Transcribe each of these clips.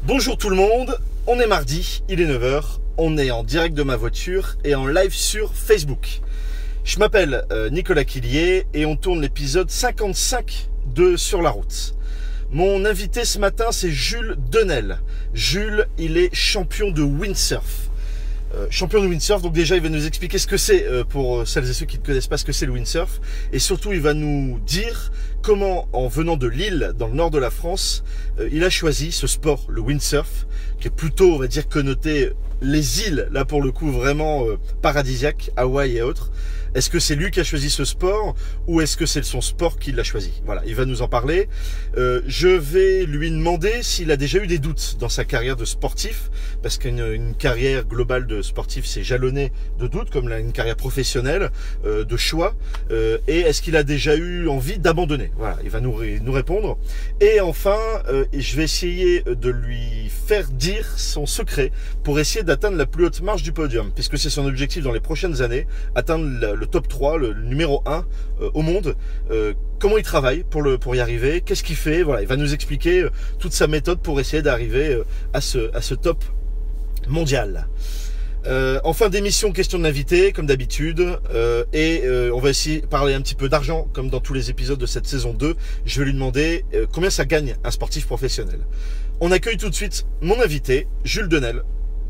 Bonjour tout le monde, on est mardi, il est 9h, on est en direct de ma voiture et en live sur Facebook. Je m'appelle Nicolas Quillier et on tourne l'épisode 55 de Sur la route. Mon invité ce matin c'est Jules Denel. Jules, il est champion de windsurf. Champion de windsurf, donc déjà il va nous expliquer ce que c'est pour celles et ceux qui ne connaissent pas ce que c'est le windsurf, et surtout il va nous dire comment, en venant de Lille dans le nord de la France, il a choisi ce sport, le windsurf, qui est plutôt, on va dire, connoté les îles, là pour le coup vraiment paradisiaque, Hawaï et autres. Est-ce que c'est lui qui a choisi ce sport ou est-ce que c'est son sport qui l'a choisi? Voilà, il va nous en parler. Je vais lui demander s'il a déjà eu des doutes dans sa carrière de sportif, parce qu'une carrière globale de sportif, c'est jalonné de doutes, comme une carrière professionnelle, de choix. Et est-ce qu'il a déjà eu envie d'abandonner? Voilà, il va nous répondre. Et enfin, je vais essayer de lui faire dire son secret pour essayer d'atteindre la plus haute marche du podium, puisque c'est son objectif dans les prochaines années, atteindre le top 3, le numéro 1 au monde. Comment il travaille pour y arriver, qu'est-ce qu'il fait, voilà, il va nous expliquer toute sa méthode pour essayer d'arriver à ce top mondial. En fin d'émission, question de l'invité, comme d'habitude, on va essayer de parler un petit peu d'argent, comme dans tous les épisodes de cette saison 2. Je vais lui demander combien ça gagne un sportif professionnel. On accueille tout de suite mon invité, Jules Denel.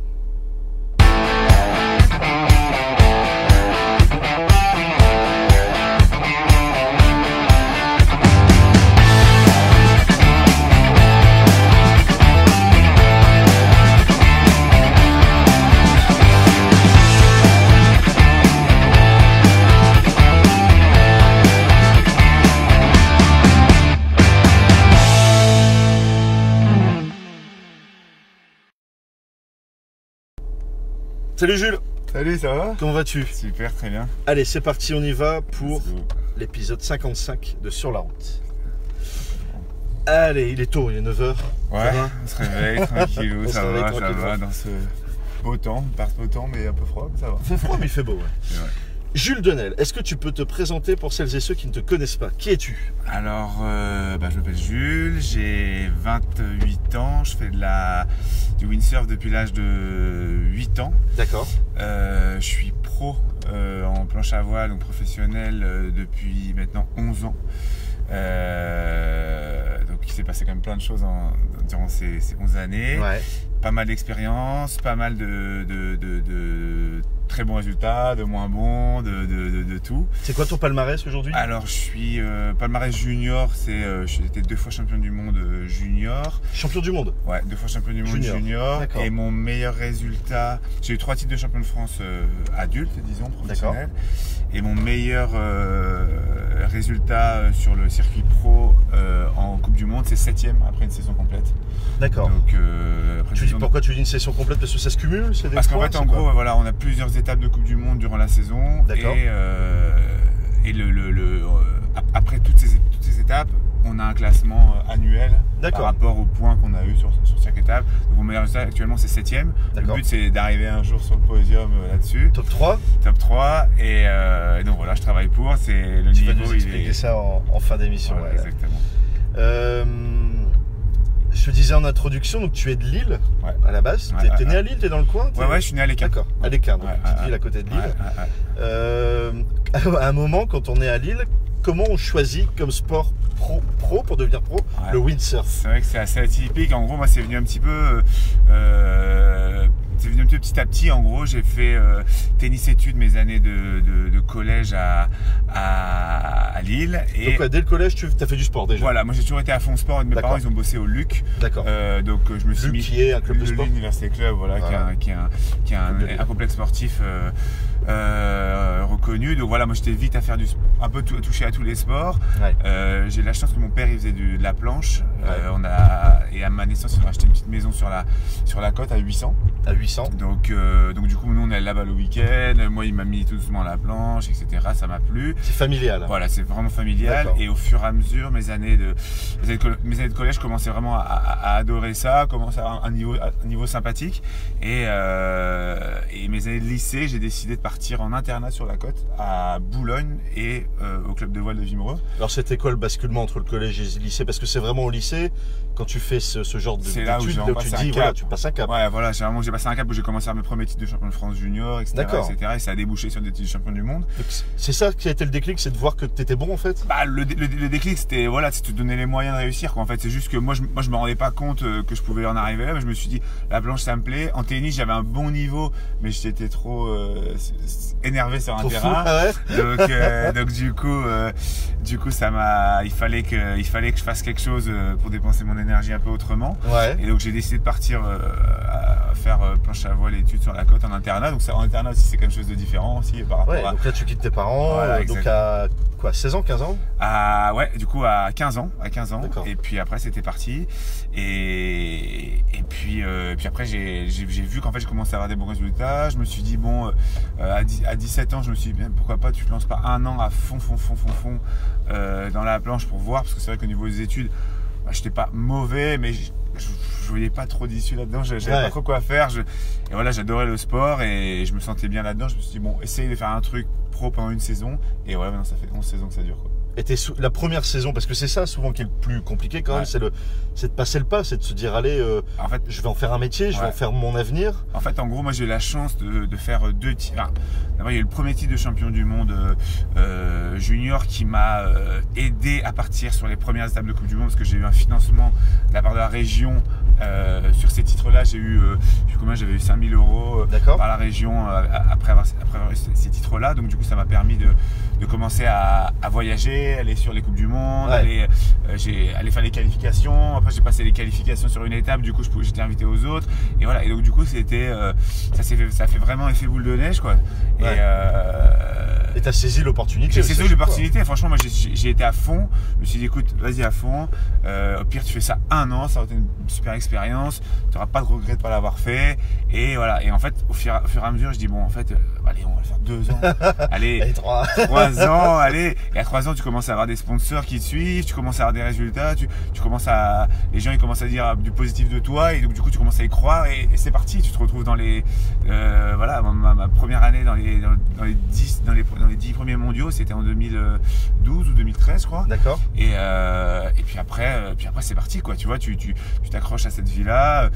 Salut Jules. Salut, ça va? Comment vas-tu? Super, très bien. Allez, c'est parti, on y va pour l'épisode 55 de Sur la route. Allez, il est tôt, il est 9h. Ouais, on se réveille tranquillou, ça va dans ce beau temps, beau temps mais un peu froid, mais ça va. Il fait froid mais il fait beau, ouais. Jules Denel, est-ce que tu peux te présenter pour celles et ceux qui ne te connaissent pas? Qui es-tu? Alors, je m'appelle Jules, j'ai 28 ans, je fais du windsurf depuis l'âge de 8 ans. D'accord. Je suis pro en planche à voile, donc professionnel depuis maintenant 11 ans. Donc il s'est passé quand même plein de choses durant ces 11 années. Ouais. Pas mal d'expérience, pas mal de très bons résultats, de moins bons, de tout. C'est quoi ton palmarès aujourd'hui? Alors je suis palmarès junior, j'étais 2 fois champion du monde junior. Champion du monde? Ouais, 2 fois champion du monde junior. Et mon meilleur résultat, j'ai eu 3 titres de champion de France adulte, disons, professionnel. Et mon meilleur résultat sur le circuit pro en Coupe du Monde, c'est 7ème après une saison complète. D'accord. Donc, pourquoi tu dis une session complète? Parce que ça se cumule? Parce qu'en fait, en gros, voilà, on a plusieurs étapes de Coupe du Monde durant la saison. D'accord. Et après toutes ces étapes, on a un classement annuel par rapport aux points qu'on a eu sur chaque étape. Donc mon meilleur résultat actuellement c'est 7ème. Le but c'est d'arriver un jour sur le podium là-dessus. Top 3. Top 3 et donc voilà, je travaille pour. C'est le tu niveau. Tu vas nous expliquer ça en fin d'émission. Voilà, exactement. Je te disais en introduction, donc tu es de Lille à la base. T'es né à Lille, t'es dans le coin? Ouais, je suis né à l'Équin. D'accord, à l'Équin, donc une petite ville à côté de Lille. À un moment, quand on est à Lille, comment on choisit comme sport pro pour devenir pro le windsurf? C'est vrai que c'est assez atypique. En gros, moi, c'est venu un petit peu. C'est venu un petit à petit. En gros, j'ai fait tennis-études mes années de collège à Lille. Et donc, dès le collège, tu as fait du sport déjà? Voilà, moi j'ai toujours été à fond sport. Mes parents, ils ont bossé au LUC. D'accord. Donc, je me suis mis. Qui est un club de sport? L'Université Club, voilà, qui est un complexe sportif reconnu. Donc, voilà, moi j'étais vite à faire un peu toucher à tous les sports. J'ai la chance que mon père, il faisait de la planche. Et à ma naissance, ils ont acheté une petite maison sur la côte à 800. À 800. Donc du coup, nous on est là-bas le week-end. Moi, il m'a mis tout doucement à la planche, etc. Ça m'a plu. C'est familial. Voilà, c'est vraiment familial. Et au fur et à mesure, mes années de collège, je commençais vraiment à adorer ça, commençais à avoir un niveau sympathique. Et mes années de lycée, j'ai décidé de partir partir en internat sur la côte à Boulogne et au club de voile de Wimereux. Alors c'était quoi le basculement entre le collège et le lycée? Parce que c'est vraiment au lycée, quand tu fais ce genre d'études, là où tu dis voilà, tu passes un cap. Ouais, voilà, j'ai passé un cap où j'ai commencé à mes premiers titres de champion de France junior, etc. Et ça a débouché sur des titres de champion du monde. C'est ça qui a été le déclic, c'est de voir que tu étais bon en fait? Bah, le déclic, c'était voilà, te donner les moyens de réussir, quoi. En fait, c'est juste que moi je me rendais pas compte que je pouvais en arriver là, mais je me suis dit, la planche ça me plaît. En tennis, j'avais un bon niveau, mais j'étais trop énervé sur un terrain. Donc du coup il fallait que je fasse quelque chose pour dépenser mon énergie un peu autrement. Et donc j'ai décidé de partir à faire planche à voile et études sur la côte en internat. Donc en internat aussi c'est quelque chose de différent aussi par rapport à... Donc là tu quittes tes parents, donc à quoi, 16 ans, 15 ans? Du coup à 15 ans. Et puis après c'était parti. Et puis après j'ai vu qu'en fait je commençais à avoir des bons résultats. Je me suis dit bon, à 17 ans je me suis dit pourquoi pas tu te lances pas un an à fond dans la planche pour voir, parce que c'est vrai qu'au niveau des études j'étais pas mauvais, mais je voyais pas trop d'issue là-dedans, j'avais pas trop quoi faire. Et voilà, j'adorais le sport et je me sentais bien là-dedans. Je me suis dit bon, essaye de faire un truc pro pendant une saison. Et voilà, maintenant ça fait 11 saisons que ça dure, quoi. Et la première saison, parce que c'est ça souvent qui est le plus compliqué quand même, c'est de passer le pas, c'est de se dire allez, en fait, je vais en faire un métier, je vais en faire mon avenir. En fait, en gros, moi j'ai eu la chance de faire 2 titres. D'abord, il y a eu le premier titre de champion du monde junior qui m'a aidé à partir sur les premières étapes de Coupe du Monde, parce que j'ai eu un financement de la part de la région sur ces titres-là. J'avais eu 5 000 € par la région après avoir eu ces titres-là. Donc du coup, ça m'a permis de commencer à voyager, aller sur les Coupes du Monde, aller faire les qualifications. Après j'ai passé les qualifications sur une étape, du coup j'étais invité aux autres. Et voilà, et donc du coup c'était ça fait vraiment effet boule de neige, quoi. Et t'as saisi l'opportunité. J'ai saisi l'opportunité, franchement moi j'ai été à fond. Je me suis dit écoute, vas-y à fond, au pire tu fais ça un an, ça va être une super expérience, tu n'auras pas de regret de ne pas l'avoir fait. Et voilà, et en fait au fur et à mesure je dis bon en fait allez on va faire 2 ans, allez 3 ans, allez. Et à 3 ans tu commences à avoir des sponsors qui te suivent, tu commences à avoir des résultats, les gens ils commencent à dire du positif de toi, et donc du coup tu commences à y croire, et c'est parti. Tu te retrouves dans les ma première année dans les 10 premiers mondiaux, c'était en 2012 ou 2013 je crois. D'accord. Et puis après c'est parti, quoi. Tu vois, tu t'accroches à cette vie-là,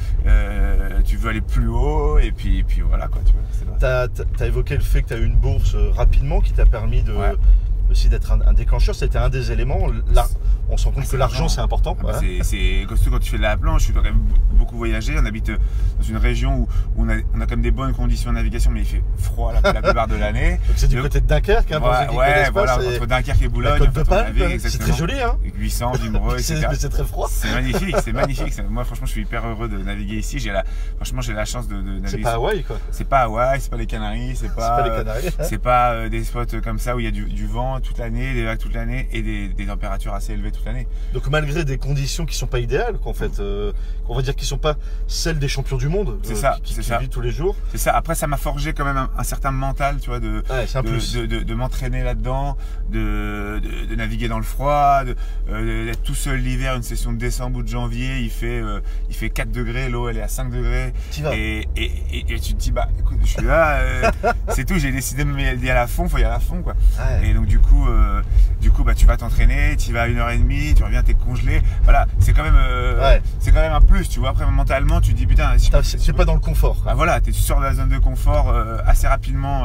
tu veux aller plus haut, et puis voilà, quoi. Tu vois, t'as évoqué le fait que tu as eu une bourse rapidement qui t'a permis aussi d'être un déclencheur. C'était un des éléments. Là, on se rend compte que l'argent c'est important. C'est quand tu fais de la planche, tu dois quand même beaucoup voyager. On habite dans une région où on a quand même des bonnes conditions de navigation, mais il fait froid la plupart de l'année. Donc c'est du côté de Dunkerque, hein, entre Dunkerque et Boulogne. La côte de Palme, c'est très joli, hein. 800, Wimereux, etc. C'est très froid. C'est magnifique. Moi franchement je suis hyper heureux de naviguer ici. Franchement j'ai la chance de naviguer. C'est pas Hawaï, quoi. C'est pas Hawaï, c'est pas les Canaries, c'est pas des spots comme ça où il y a du vent toute l'année, des vagues toute l'année, et des températures assez élevées toute l'année. Donc malgré des conditions qui sont pas idéales, qu'en fait, on va dire qui sont pas celles des champions du monde, qui vivent tous les jours. C'est ça. Après ça m'a forgé quand même un certain mental, tu vois, de m'entraîner là-dedans, de naviguer dans le froid, d'être tout seul l'hiver, une session de décembre ou de janvier, il fait 4 degrés, l'eau elle est à 5 degrés. Et tu te dis bah écoute, je suis là, c'est tout, j'ai décidé de me dire à fond, faut y aller à fond, quoi. Et donc du coup bah tu vas t'entraîner, tu vas à 1h30, tu reviens, t'es congelé. Voilà, c'est quand même un plus, tu vois. Après mentalement tu te dis putain, c'est pas dans le confort, quoi. Bah voilà, tu sors de la zone de confort assez rapidement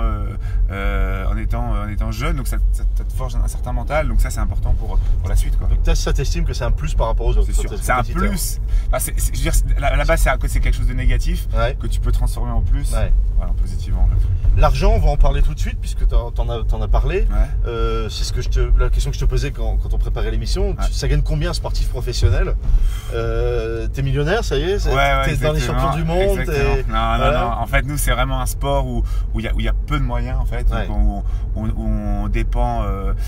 en étant jeune, donc ça te forge un certain mental, donc ça c'est important pour la suite, quoi. Donc ça t'estimes que c'est un plus par rapport aux autres? C'est sûr, c'est un plus. Bah, je veux dire, là-bas c'est quelque chose de négatif que tu peux transformer en plus, voilà, positivement en fait. L'argent, on va en parler tout de suite puisque t'en as parlé. C'est la question que je te posais quand on préparait l'émission. Ça gagne combien un sportif professionnel? T'es millionnaire, ça y est? T'es dans les champions du monde? Non. En fait, nous, c'est vraiment un sport où il y a peu de moyens, en fait. Donc, on dépend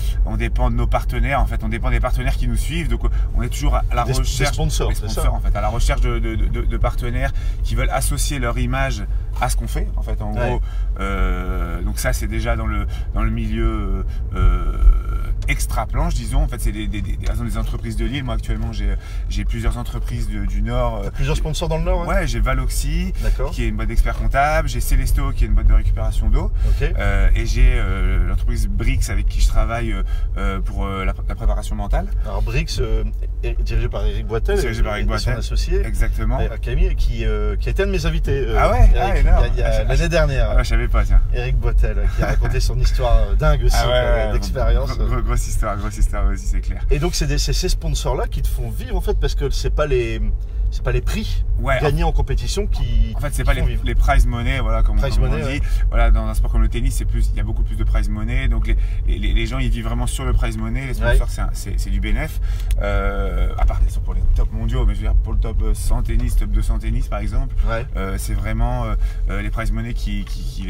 de nos partenaires. En fait, on dépend des partenaires qui nous suivent. Donc, on est toujours à la recherche des sponsors, en fait, à la recherche de partenaires qui veulent associer leur image à ce qu'on fait en fait. En gros, donc ça c'est déjà dans le milieu extra planche, disons. En fait, c'est des entreprises de Lille. Moi actuellement j'ai plusieurs entreprises du Nord. Plusieurs sponsors dans le Nord. Ouais, j'ai Valoxy qui est une boîte d'experts comptables, j'ai Celesto qui est une boîte de récupération d'eau, et j'ai l'entreprise Brix avec qui je travaille pour la préparation mentale. Alors Brix dirigé par Eric Boitel, son associé, exactement, Camille, qui a été un de mes invités. L'année dernière. Je savais pas, tiens. Eric Boitel qui a raconté son histoire dingue aussi, d'expérience. Grosse histoire aussi, c'est clair. Et donc c'est ces sponsors-là qui te font vivre en fait, parce que c'est pas les prix gagnés en compétition qui. En fait, c'est pas les prize money, voilà, comme on dit. Ouais. Voilà, dans un sport comme le tennis, il y a beaucoup plus de prize money. Donc les gens, ils vivent vraiment sur le prize money. Les sponsors, c'est du bénéf. À part pour les top mondiaux, mais je veux dire pour le top 100 tennis, top 200 tennis par exemple, c'est vraiment les prize money qui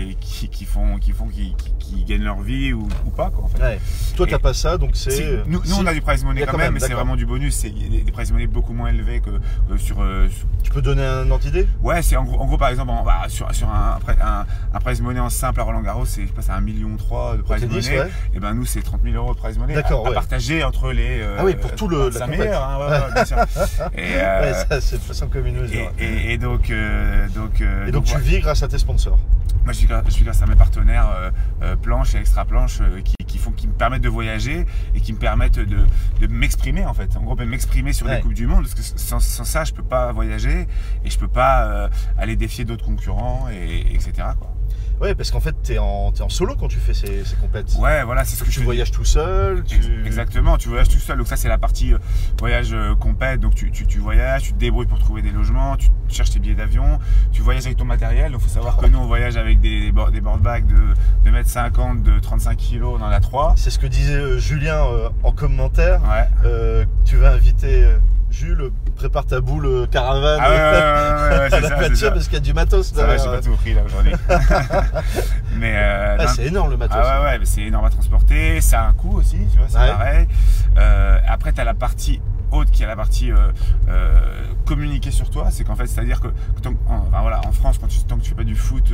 gagnent leur vie ou pas, quoi, en fait. Toi, t'as pas ça, donc c'est. Nous, on a du prize money quand même, mais c'est vraiment du bonus. C'est des prize money beaucoup moins élevés que sur. Tu peux donner un ordre d'idée? Ouais, c'est en gros par exemple sur un prize money en simple à Roland Garros, c'est 1,3 million de prize money. Et ben nous c'est 30 000 € de prize money à partager entre les. Pour tout le 5 meilleurs, hein, bien sûr. Ça c'est de façon comme une mesure. Et donc tu vis grâce à tes sponsors. Moi je vis grâce à mes partenaires planche et extra planche qui me permettent de voyager et qui me permettent de m'exprimer en fait. En gros, m'exprimer sur des Coupes du Monde, parce que sans ça, je peux pas voyager et je peux pas aller défier d'autres concurrents, etc. quoi. Ouais, parce qu'en fait, t'es en solo quand tu fais ces compètes. Ouais, voilà, c'est ce que tu voyages tout seul. Exactement, tu voyages tout seul. Donc ça, c'est la partie voyage compète. Donc tu voyages, tu te débrouilles pour trouver des logements, tu cherches tes billets d'avion, tu voyages avec ton matériel. Donc il faut savoir que nous, on voyage avec des board bags de 2,50 m, de 35 kg dans la 3. C'est ce que disait Julien en commentaire. Tu vas inviter... Jules, prépare ta boule caravane à la voiture parce qu'il y a du matos. Ça va, j'ai pas tout pris là aujourd'hui. C'est énorme le matos. Mais c'est énorme à transporter, ça a un coût aussi, tu vois, c'est pareil. Après, tu as la partie haute qui est la partie communiquer sur toi. C'est qu'en fait, c'est-à-dire que en France, tant que tu fais pas du foot,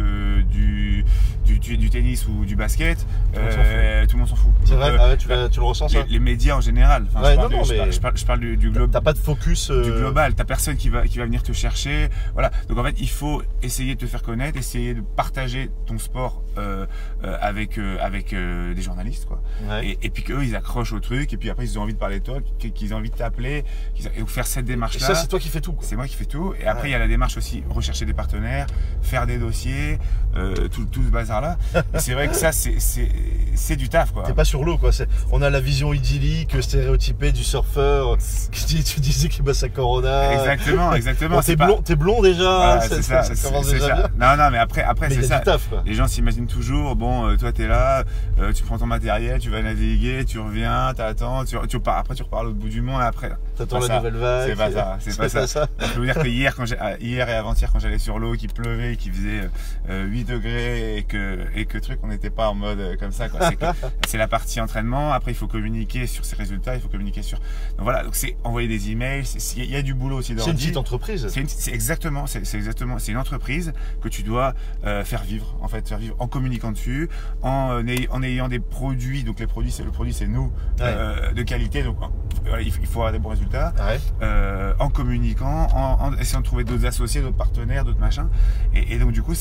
du tennis ou du basket, tout le monde s'en fout. C'est vrai, tu le ressens ça? Les médias en général. Je parle du globe. T'as pas de focus du global. T'as personne qui va venir te chercher. Voilà. Donc en fait, il faut essayer de te faire connaître, essayer de partager ton sport avec des journalistes, quoi. Et puis qu'eux, ils accrochent au truc. Et puis après, ils ont envie de parler de toi, qu'ils ont envie de t'appeler, et faire cette démarche-là. Et ça, c'est toi qui fais tout, quoi. C'est moi qui fais tout. Et après, il y a la démarche aussi, rechercher des partenaires, faire des dossiers, tout ce bazar-là. Et c'est vrai que ça, c'est du taf, quoi. T'es pas sur l'eau, quoi. On a la vision idyllique, stéréotypée du surfeur. Tu disais qu'il bosse à Corona. Exactement. Bon, t'es blond déjà. C'est ça. Non, mais après c'est ça. Taf, les gens s'imaginent toujours, toi t'es là, tu prends ton matériel, tu vas naviguer, tu reviens, t'attends, après tu repars à l'autre bout du monde, après. T'attends la nouvelle vague. C'est pas ça. Je peux vous dire que hier et avant-hier, quand j'allais sur l'eau, qu'il pleuvait, qu'il faisait 8 degrés et que truc, on n'était pas en mode comme ça, quoi. C'est la partie entraînement. Après, il faut communiquer sur ses résultats, il faut communiquer sur. Donc voilà, donc c'est envoyer des emails. Il y a du boulot aussi. C'est une petite entreprise. C'est exactement. C'est une entreprise que tu dois faire vivre, en fait, en communiquant dessus, en ayant des produits. Donc le produit c'est nous, de qualité. Donc il faut avoir des bons résultats. En communiquant, en essayant de trouver d'autres associés, d'autres partenaires, d'autres machins. Et donc du coup,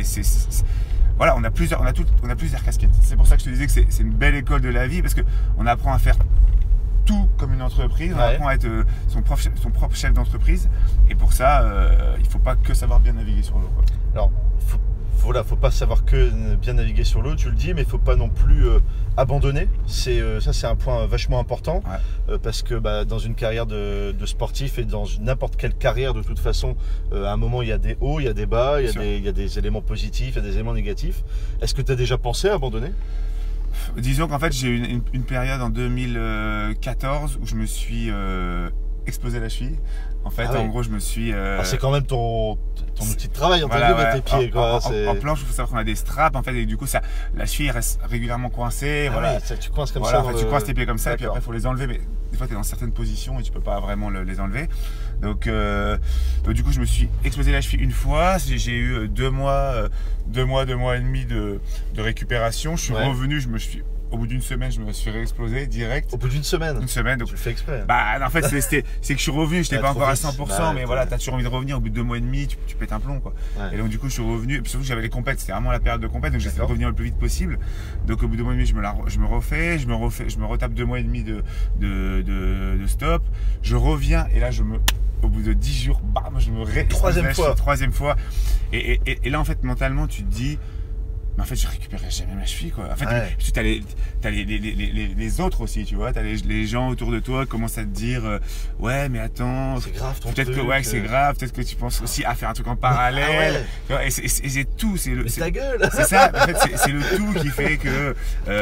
voilà, on a plusieurs casquettes. C'est pour ça que je te disais que c'est une belle école de la vie, parce que on apprend à faire tout comme une entreprise, on apprend à être son propre chef d'entreprise. Et pour ça, il faut pas que savoir bien naviguer sur l'eau, quoi. Alors, faut pas savoir que bien naviguer sur l'eau, tu le dis, mais il faut pas non plus abandonner. Ça, c'est un point vachement important, parce que dans une carrière de sportif, et dans n'importe quelle carrière de toute façon, à un moment il y a des hauts, il y a des bas, il y a des éléments positifs, il y a des éléments négatifs. Est-ce que tu as déjà pensé à abandonner? Disons qu'en fait j'ai eu une période en 2014 où je me suis explosé la cheville. En fait, en gros, je me suis. C'est quand même ton outil de travail, entre tes pieds. En planche, il faut savoir qu'on a des straps, en fait, et du coup, la cheville reste régulièrement coincée. Ouais, tu coinces comme ça. Tu coinces tes pieds comme ça, et puis après, il faut les enlever. Mais des fois, tu es dans certaines positions et tu peux pas vraiment les enlever. Donc, du coup, je me suis explosé la cheville une fois. J'ai eu 2 mois et demi de récupération. Je suis revenu, au bout d'une semaine, je me suis réexplosé direct. Au bout d'une semaine? Une semaine. Donc, tu le fais exprès. En fait, c'est que je suis revenu, je n'étais pas encore à 100%, mais voilà, tu as toujours envie de revenir. Au bout de 2 mois et demi, tu pètes un plomb, quoi. Ouais. Et donc, du coup, je suis revenu. Et puis surtout, j'avais les compètes, c'était vraiment la période de compète, donc j'essaie de revenir le plus vite possible. Donc, au bout de 2 mois et demi, je me retape 2 mois et demi de stop. Je reviens, et là, au bout de 10 jours, bam, je me troisième fois. Et là, en fait, mentalement, tu te dis. Mais en fait, je récupérerai jamais ma cheville, quoi. En fait, t'as les autres aussi, tu vois. T'as les gens autour de toi qui commencent à te dire ouais, mais attends, c'est grave ton peut-être truc, que c'est grave, peut-être que tu penses aussi à faire un truc en parallèle. Et c'est tout, mais ta gueule. C'est ça, en fait, c'est le tout qui fait que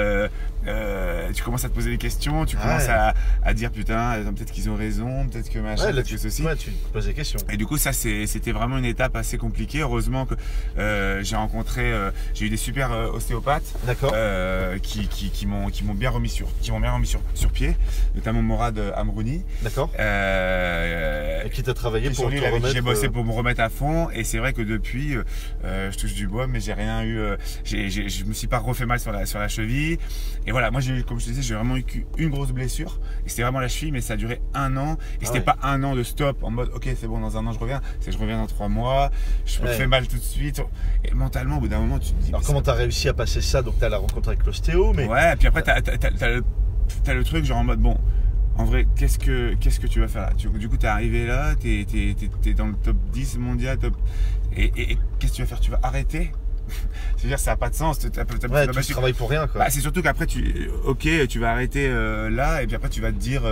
tu commences à te poser des questions, tu commences à dire putain, peut-être qu'ils ont raison, peut-être que machin, peut-être que ceci. Ouais, tu te poses des questions. Et du coup, ça, c'était vraiment une étape assez compliquée. Heureusement que j'ai eu des super ostéopathes qui m'ont bien remis sur pied, notamment Morad Amrouni. D'accord. Et qui t'a travaillé pour te remettre. J'ai bossé pour me remettre à fond, et c'est vrai que depuis, je touche du bois, mais j'ai rien eu. Je me suis pas refait mal sur la cheville. Et voilà, moi, comme je te disais, j'ai vraiment eu une grosse blessure. Et c'était vraiment la cheville, mais ça a duré 1 an. Et c'était pas 1 an de stop en mode ok, c'est bon, dans 1 an je reviens. Je reviens dans 3 mois. Je me fais mal tout de suite. Et mentalement, au bout d'un moment, tu te dis. Alors comment t'as réussi à passer ça? Donc t'as la rencontre avec l'ostéo, mais. Ouais, et puis après t'as le truc genre en mode bon. En vrai, qu'est-ce que tu vas faire là? Du coup, t'es arrivé là, t'es dans le top 10 mondial, et qu'est-ce que tu vas faire? Tu vas arrêter? C'est-à-dire, ça n'a pas de sens. Tu travailles pour rien, quoi. C'est surtout qu'après, tu vas arrêter là, et puis après, tu vas te dire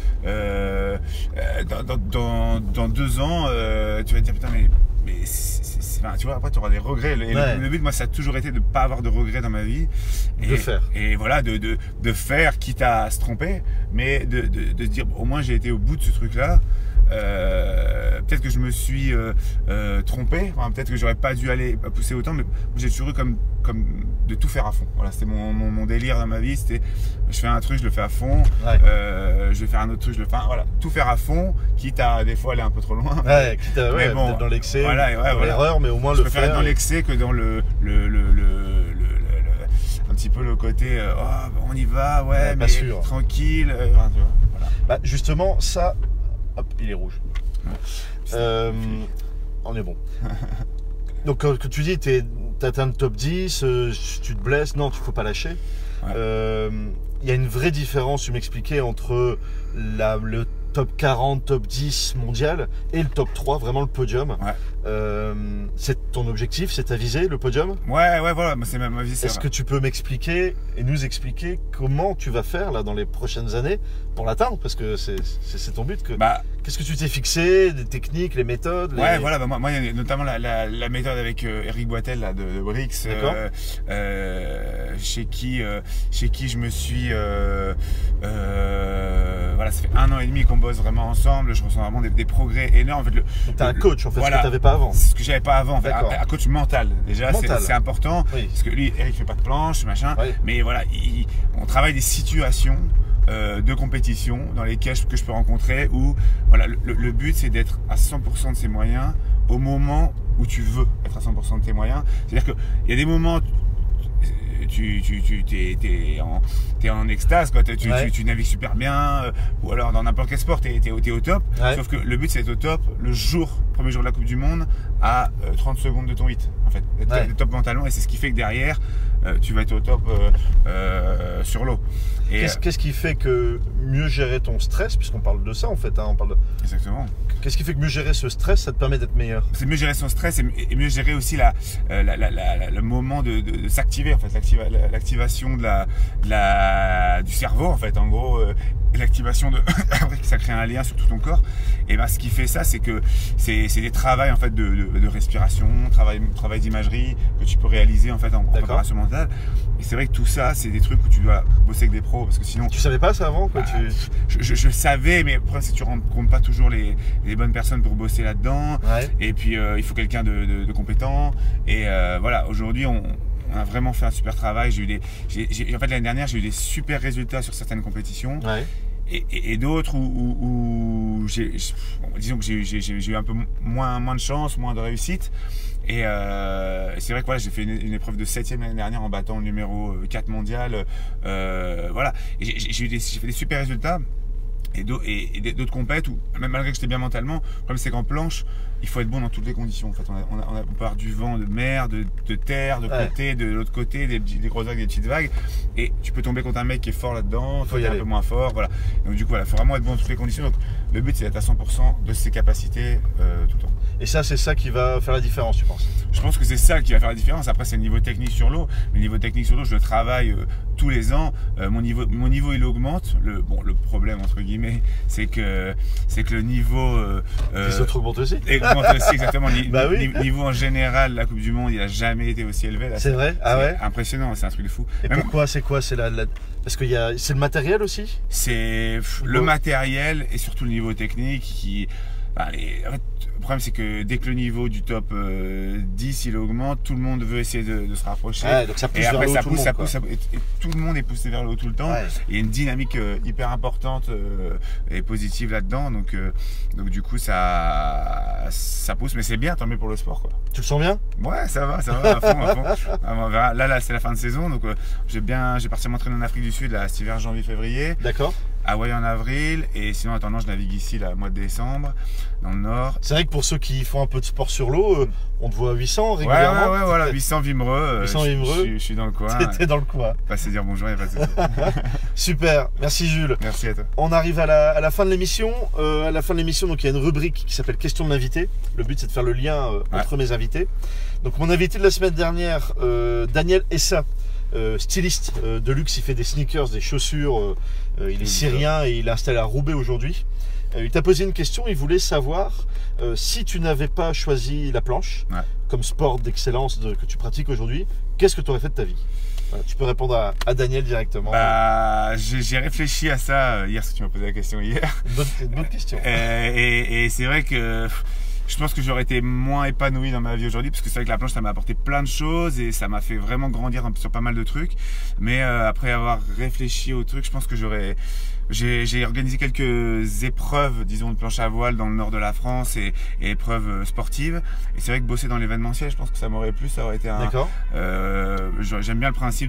dans 2 ans, tu vas te dire putain, mais tu vois, après tu auras des regrets. Le but, moi, ça a toujours été de ne pas avoir de regrets dans ma vie. De faire. Et voilà, de faire, quitte à se tromper, mais de se dire, au moins j'ai été au bout de ce truc-là. Peut-être que je me suis trompé, peut-être que j'aurais pas dû aller pousser autant, mais j'ai toujours eu comme de tout faire à fond. Voilà, c'était mon délire dans ma vie, c'était je fais un truc, je le fais à fond, je vais faire un autre truc, je le fais, voilà, tout faire à fond, quitte à des fois aller un peu trop loin. Quitte à être dans l'excès, dans l'erreur, mais au moins je le faire. Je préfère être dans l'excès que dans un petit peu le côté on y va, mais sûr. Tranquille, voilà. Justement, ça. Hop, il est rouge. On est bon. Donc, quand tu dis tu atteins le top 10, tu te blesses, non, tu ne faut pas lâcher. Il y a une vraie différence, tu m'expliquais, entre le top 40, top 10 mondial et le top 3, vraiment le podium. C'est ton objectif, c'est ta visée, le podium? Ouais, voilà, c'est ma visée. Est-ce que tu peux m'expliquer et nous expliquer comment tu vas faire là dans les prochaines années pour l'atteindre? Parce que c'est ton but. Qu'est-ce que tu t'es fixé, des techniques, les méthodes? Voilà, moi il y a notamment la méthode avec Eric Boitel là, de Brix, chez qui je me suis voilà, ça fait 1 an et demi qu'on bosse vraiment ensemble. Je ressens vraiment des progrès énormes. En fait, donc t'as un coach, en fait, ce que t'avais pas avant. C'est ce que j'avais pas avant, en fait, un coach mental. Déjà, c'est important, parce que lui, Eric fait pas de planche, machin, mais voilà, on travaille des situations de compétition dans lesquelles que je peux rencontrer, où voilà, le but c'est d'être à 100% de ses moyens au moment où tu veux être à 100% de tes moyens. C'est-à-dire qu'il y a des moments t'es en extase, quoi. Tu navigues super bien, ou alors dans n'importe quel sport t'es au top, sauf que le but c'est d'être au top le premier jour de la Coupe du Monde à 30 secondes de ton hit, en fait, être top mentalement, et c'est ce qui fait que derrière tu vas être au top sur l'eau. Qu'est-ce qui fait que mieux gérer ton stress, puisqu'on parle de ça en fait, Exactement. Qu'est-ce qui fait que mieux gérer ce stress, ça te permet d'être meilleur? C'est mieux gérer son stress et mieux gérer aussi le moment de s'activer, en fait, l'activation du cerveau, en fait, en gros, l'activation de ça crée un lien sur tout ton corps. Et ben ce qui fait ça, c'est que c'est des travails en fait de respiration, travail d'imagerie que tu peux réaliser en fait en préparation mentale. Et c'est vrai que tout ça, c'est des trucs où tu dois bosser avec des pros, parce que sinon. Tu savais pas ça avant, quoi? Je savais, mais après c'est que tu rencontres pas toujours les bonnes personnes pour bosser là-dedans. Ouais. Et puis il faut quelqu'un de compétent. Et voilà, aujourd'hui on a vraiment fait un super travail. En fait, l'année dernière, j'ai eu des super résultats sur certaines compétitions. Ouais. Et d'autres où disons que j'ai eu un peu moins de chance, moins de réussite. Et c'est vrai que voilà, j'ai fait une épreuve de 7e l'année dernière en battant le numéro 4 mondial. Voilà. Et j'ai fait des super résultats. Et d'autres compètes où, même malgré que j'étais bien mentalement, le problème c'est qu'en planche, il faut être bon dans toutes les conditions. En fait, on peut avoir du vent, de mer, de terre, de côté, de l'autre côté, des grosses vagues, des petites vagues. Et tu peux tomber contre un mec qui est fort là-dedans, toi qui est un peu moins fort. Voilà. Donc du coup, il faut vraiment être bon dans toutes les conditions. Donc le but c'est d'être à 100% de ses capacités tout le temps. Et ça, c'est ça qui va faire la différence, tu penses? Je pense que c'est ça qui va faire la différence. Après, c'est le niveau technique sur l'eau. Mais le niveau technique sur l'eau, je le travaille tous les ans. Mon niveau, il augmente. Le problème, entre guillemets, c'est que le niveau... les autres augmentent aussi. Augmente aussi, exactement. Bah oui. Niveau en général, la Coupe du Monde, il n'a jamais été aussi élevé. C'est vrai? Ah ouais? Impressionnant, c'est un truc de fou. Et pourquoi? C'est quoi? C'est Parce que c'est le matériel aussi? C'est le matériel et surtout le niveau technique qui... En fait, le problème c'est que dès que le niveau du top 10 il augmente, tout le monde veut essayer de se rapprocher. Ouais, donc ça pousse vers le haut, et tout le monde est poussé vers le haut tout le temps. Ouais. Il y a une dynamique hyper importante et positive là-dedans. Donc du coup ça pousse, mais c'est bien, tant mieux pour le sport, quoi. Tu le sens bien? Ouais, ça va à fond. On verra. Là c'est la fin de saison, donc j'ai parti m'entraîner en Afrique du Sud là, cet hiver, janvier-février. D'accord. Hawaï en avril, et sinon en attendant je navigue ici là, au mois de décembre dans le nord. C'est vrai que pour ceux qui font un peu de sport sur l'eau, on te voit à 800 régulièrement. Ouais, voilà, 800 Vimereux. 800 Vimereux. Je suis dans le coin. T'es dans le coin. Passer dire bonjour, il n'y a pas de souci. Super, merci Jules. Merci à toi. On arrive à la fin de l'émission. À la fin de l'émission, donc il y a une rubrique qui s'appelle Question de l'invité. Le but c'est de faire le lien entre mes invités. Donc mon invité de la semaine dernière, Daniel Essa. Styliste de luxe, il fait des sneakers, des chaussures, il est syrien et il est installé à Roubaix aujourd'hui. Il t'a posé une question, il voulait savoir si tu n'avais pas choisi la planche comme sport d'excellence que tu pratiques aujourd'hui, qu'est-ce que tu aurais fait de ta vie? Voilà, tu peux répondre à Daniel directement. J'ai réfléchi à ça hier, parce que tu m'as posé la question hier. Une bonne question. Et c'est vrai que... Je pense que j'aurais été moins épanoui dans ma vie aujourd'hui, parce que c'est vrai que la planche ça m'a apporté plein de choses et ça m'a fait vraiment grandir sur pas mal de trucs. Mais après avoir réfléchi au truc, je pense que j'ai organisé quelques épreuves, disons, de planche à voile dans le nord de la France et épreuves sportives. Et c'est vrai que bosser dans l'événementiel, je pense que ça m'aurait plu, ça aurait été un... D'accord. J'aime bien le principe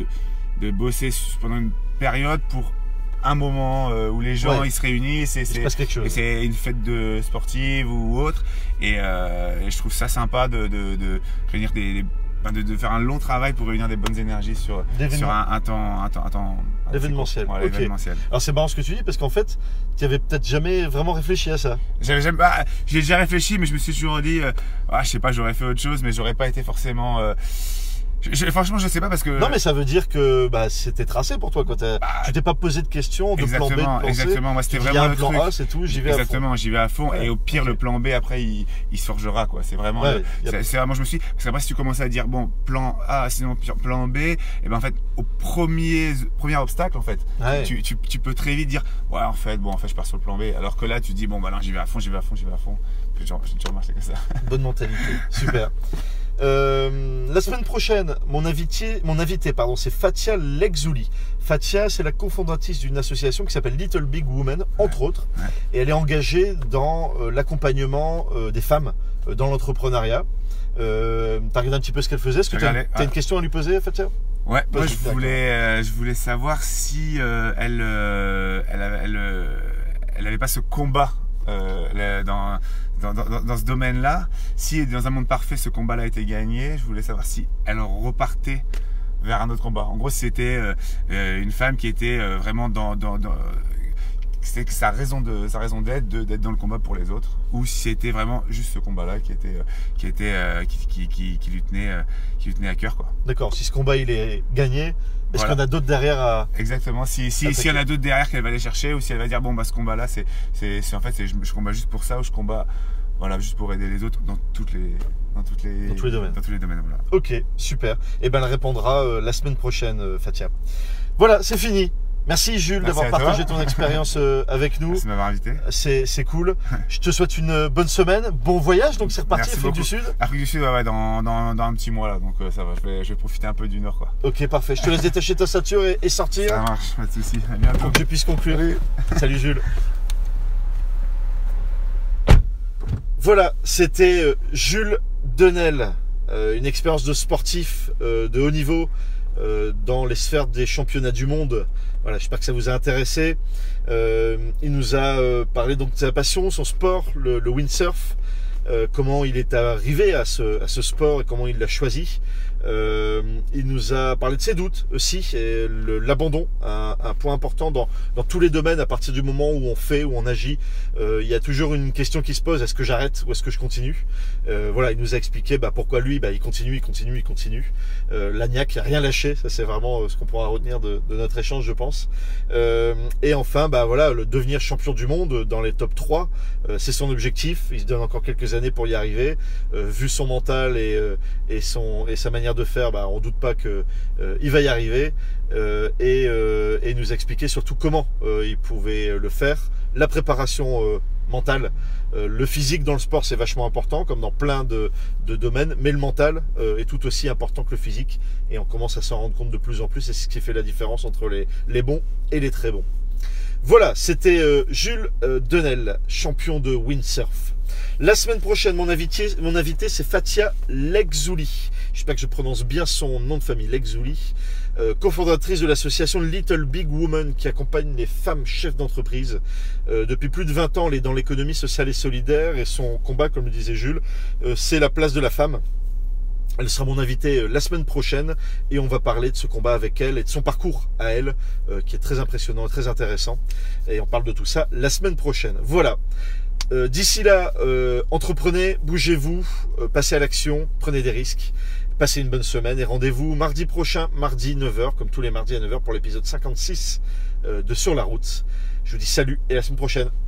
de bosser pendant une période pour un moment où les gens ils se réunissent et c'est une fête sportive ou autre et je trouve ça sympa de réunir de faire un long travail pour réunir des bonnes énergies sur un temps l'événementiel. Voilà, okay. Alors c'est marrant ce que tu dis parce qu'en fait tu avais peut-être jamais vraiment réfléchi à ça. J'ai déjà réfléchi, mais je me suis toujours dit je sais pas, j'aurais fait autre chose, mais j'aurais pas été forcément franchement, je sais pas parce que... Non, mais ça veut dire que c'était tracé pour toi. Tu t'es pas posé de questions, de plan B, de plan C. Exactement, moi c'était vraiment le plan A, c'est tout, j'y vais à fond. Exactement, j'y vais à fond. Ouais, et au pire, le plan B, après, il se forgera, quoi. C'est vraiment... c'est vraiment, je me suis dit... Parce qu'après, si tu commences à dire, bon, plan A, sinon plan B, et ben en fait, au premier obstacle, en fait, tu peux très vite dire, en fait, je pars sur le plan B. Alors que là, tu dis, bon, non, j'y vais à fond. J'ai toujours marché comme ça. Bonne mentalité, super. La semaine prochaine, mon invité, c'est Fatia Legzouli. Fatia, c'est la cofondatrice d'une association qui s'appelle Little Big Women, entre autres, et elle est engagée dans l'accompagnement des femmes dans l'entrepreneuriat. T'as regardé un petit peu ce qu'elle faisait? Est-ce que tu as une question à lui poser, Fatia? Ouais, moi je voulais savoir si elle avait pas ce combat dans ce domaine-là. Si dans un monde parfait ce combat-là a été gagné, je voulais savoir si elle repartait vers un autre combat. En gros, c'était une femme qui était vraiment c'est sa raison d'être, d'être dans le combat pour les autres, ou si c'était vraiment juste ce combat-là qui lui tenait à cœur, quoi. D'accord. Si ce combat il est gagné, est-ce qu'on a d'autres derrière à... Exactement. Si y en a d'autres derrière qu'elle va aller chercher, ou si elle va dire bon bah ce combat-là je combats juste pour ça, ou je combats juste pour aider les autres dans tous les domaines. Voilà. Ok, super. Et ben elle répondra la semaine prochaine, Fatia. Voilà, c'est fini. Merci Jules d'avoir partagé ton expérience avec nous. Merci de m'avoir invité. C'est cool. Je te souhaite une bonne semaine. Bon voyage, donc c'est reparti, Afrique du Sud. Afrique du Sud, ouais, dans un petit mois là, donc ça va. Je vais profiter un peu du Nord, quoi. Ok, parfait. Je te laisse détacher ta ceinture et sortir. Ça marche, pas de soucis. À bientôt. Pour que je puisse conclure. Salut Jules. Voilà, c'était Jules Denel, une expérience de sportif de haut niveau dans les sphères des championnats du monde. Voilà, j'espère que ça vous a intéressé. Il nous a parlé donc de sa passion, son sport, le windsurf, comment il est arrivé à ce sport et comment il l'a choisi. Il nous a parlé de ses doutes aussi, et l'abandon, un point important dans tous les domaines. À partir du moment où on fait, où on agit, il y a toujours une question qui se pose: est-ce que j'arrête ou est-ce que je continue? Voilà, il nous a expliqué pourquoi lui, il continue. L'agnac, rien lâché, ça c'est vraiment ce qu'on pourra retenir de notre échange, je pense. Et enfin, voilà, le devenir champion du monde dans les top 3, c'est son objectif. Il se donne encore quelques années pour y arriver. Vu son mental et sa manière de faire, on doute pas que il va y arriver, et nous expliquer surtout comment il pouvait le faire. La préparation mentale, le physique dans le sport c'est vachement important comme dans plein de domaines, mais le mental est tout aussi important que le physique, et on commence à s'en rendre compte de plus en plus, et c'est ce qui fait la différence entre les bons et les très bons. Voilà, c'était Jules Denel, champion de windsurf. La semaine prochaine, mon invité c'est Fatia Legzouli. J'espère que je prononce bien son nom de famille, Legzouli, cofondatrice de l'association Little Big Woman, qui accompagne les femmes chefs d'entreprise. Depuis plus de 20 ans, elle est dans l'économie sociale et solidaire, et son combat, comme le disait Jules, c'est la place de la femme. Elle sera mon invitée la semaine prochaine, et on va parler de ce combat avec elle et de son parcours à elle, qui est très impressionnant et très intéressant. Et on parle de tout ça la semaine prochaine. Voilà. D'ici là, entreprenez, bougez-vous, passez à l'action, prenez des risques, passez une bonne semaine, et rendez-vous mardi prochain, mardi 9h, comme tous les mardis à 9h pour l'épisode 56 de Sur la route. Je vous dis salut et à la semaine prochaine.